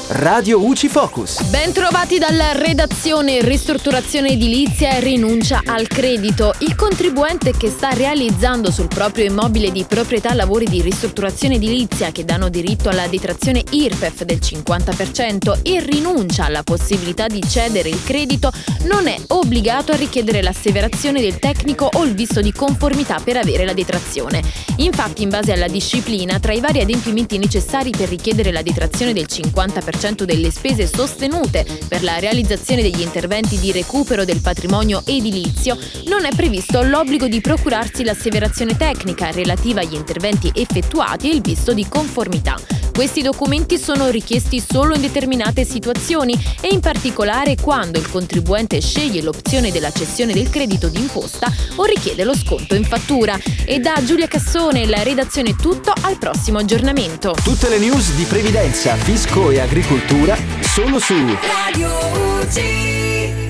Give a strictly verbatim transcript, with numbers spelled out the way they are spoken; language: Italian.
Radio U C I Focus. Ben trovati dalla redazione. Ristrutturazione edilizia e rinuncia al credito. Il contribuente che sta realizzando sul proprio immobile di proprietà lavori di ristrutturazione edilizia che danno diritto alla detrazione I R P E F del cinquanta per cento e rinuncia alla possibilità di cedere il credito non è obbligato a richiedere l'asseverazione del tecnico o il visto di conformità per avere la detrazione. Infatti, in base alla disciplina, tra i vari adempimenti necessari per richiedere la detrazione del cinquanta per cento delle spese sostenute per la realizzazione degli interventi di recupero del patrimonio edilizio, non è previsto l'obbligo di procurarsi l'asseverazione tecnica relativa agli interventi effettuati e il visto di conformità. Questi documenti sono richiesti solo in determinate situazioni e in particolare quando il contribuente sceglie l'opzione della cessione del credito d'imposta o richiede lo sconto in fattura. E da Giulia Cassone, la redazione è tutto, al prossimo aggiornamento. Tutte le news di previdenza, fisco e agricoltura solo su Radio U C I.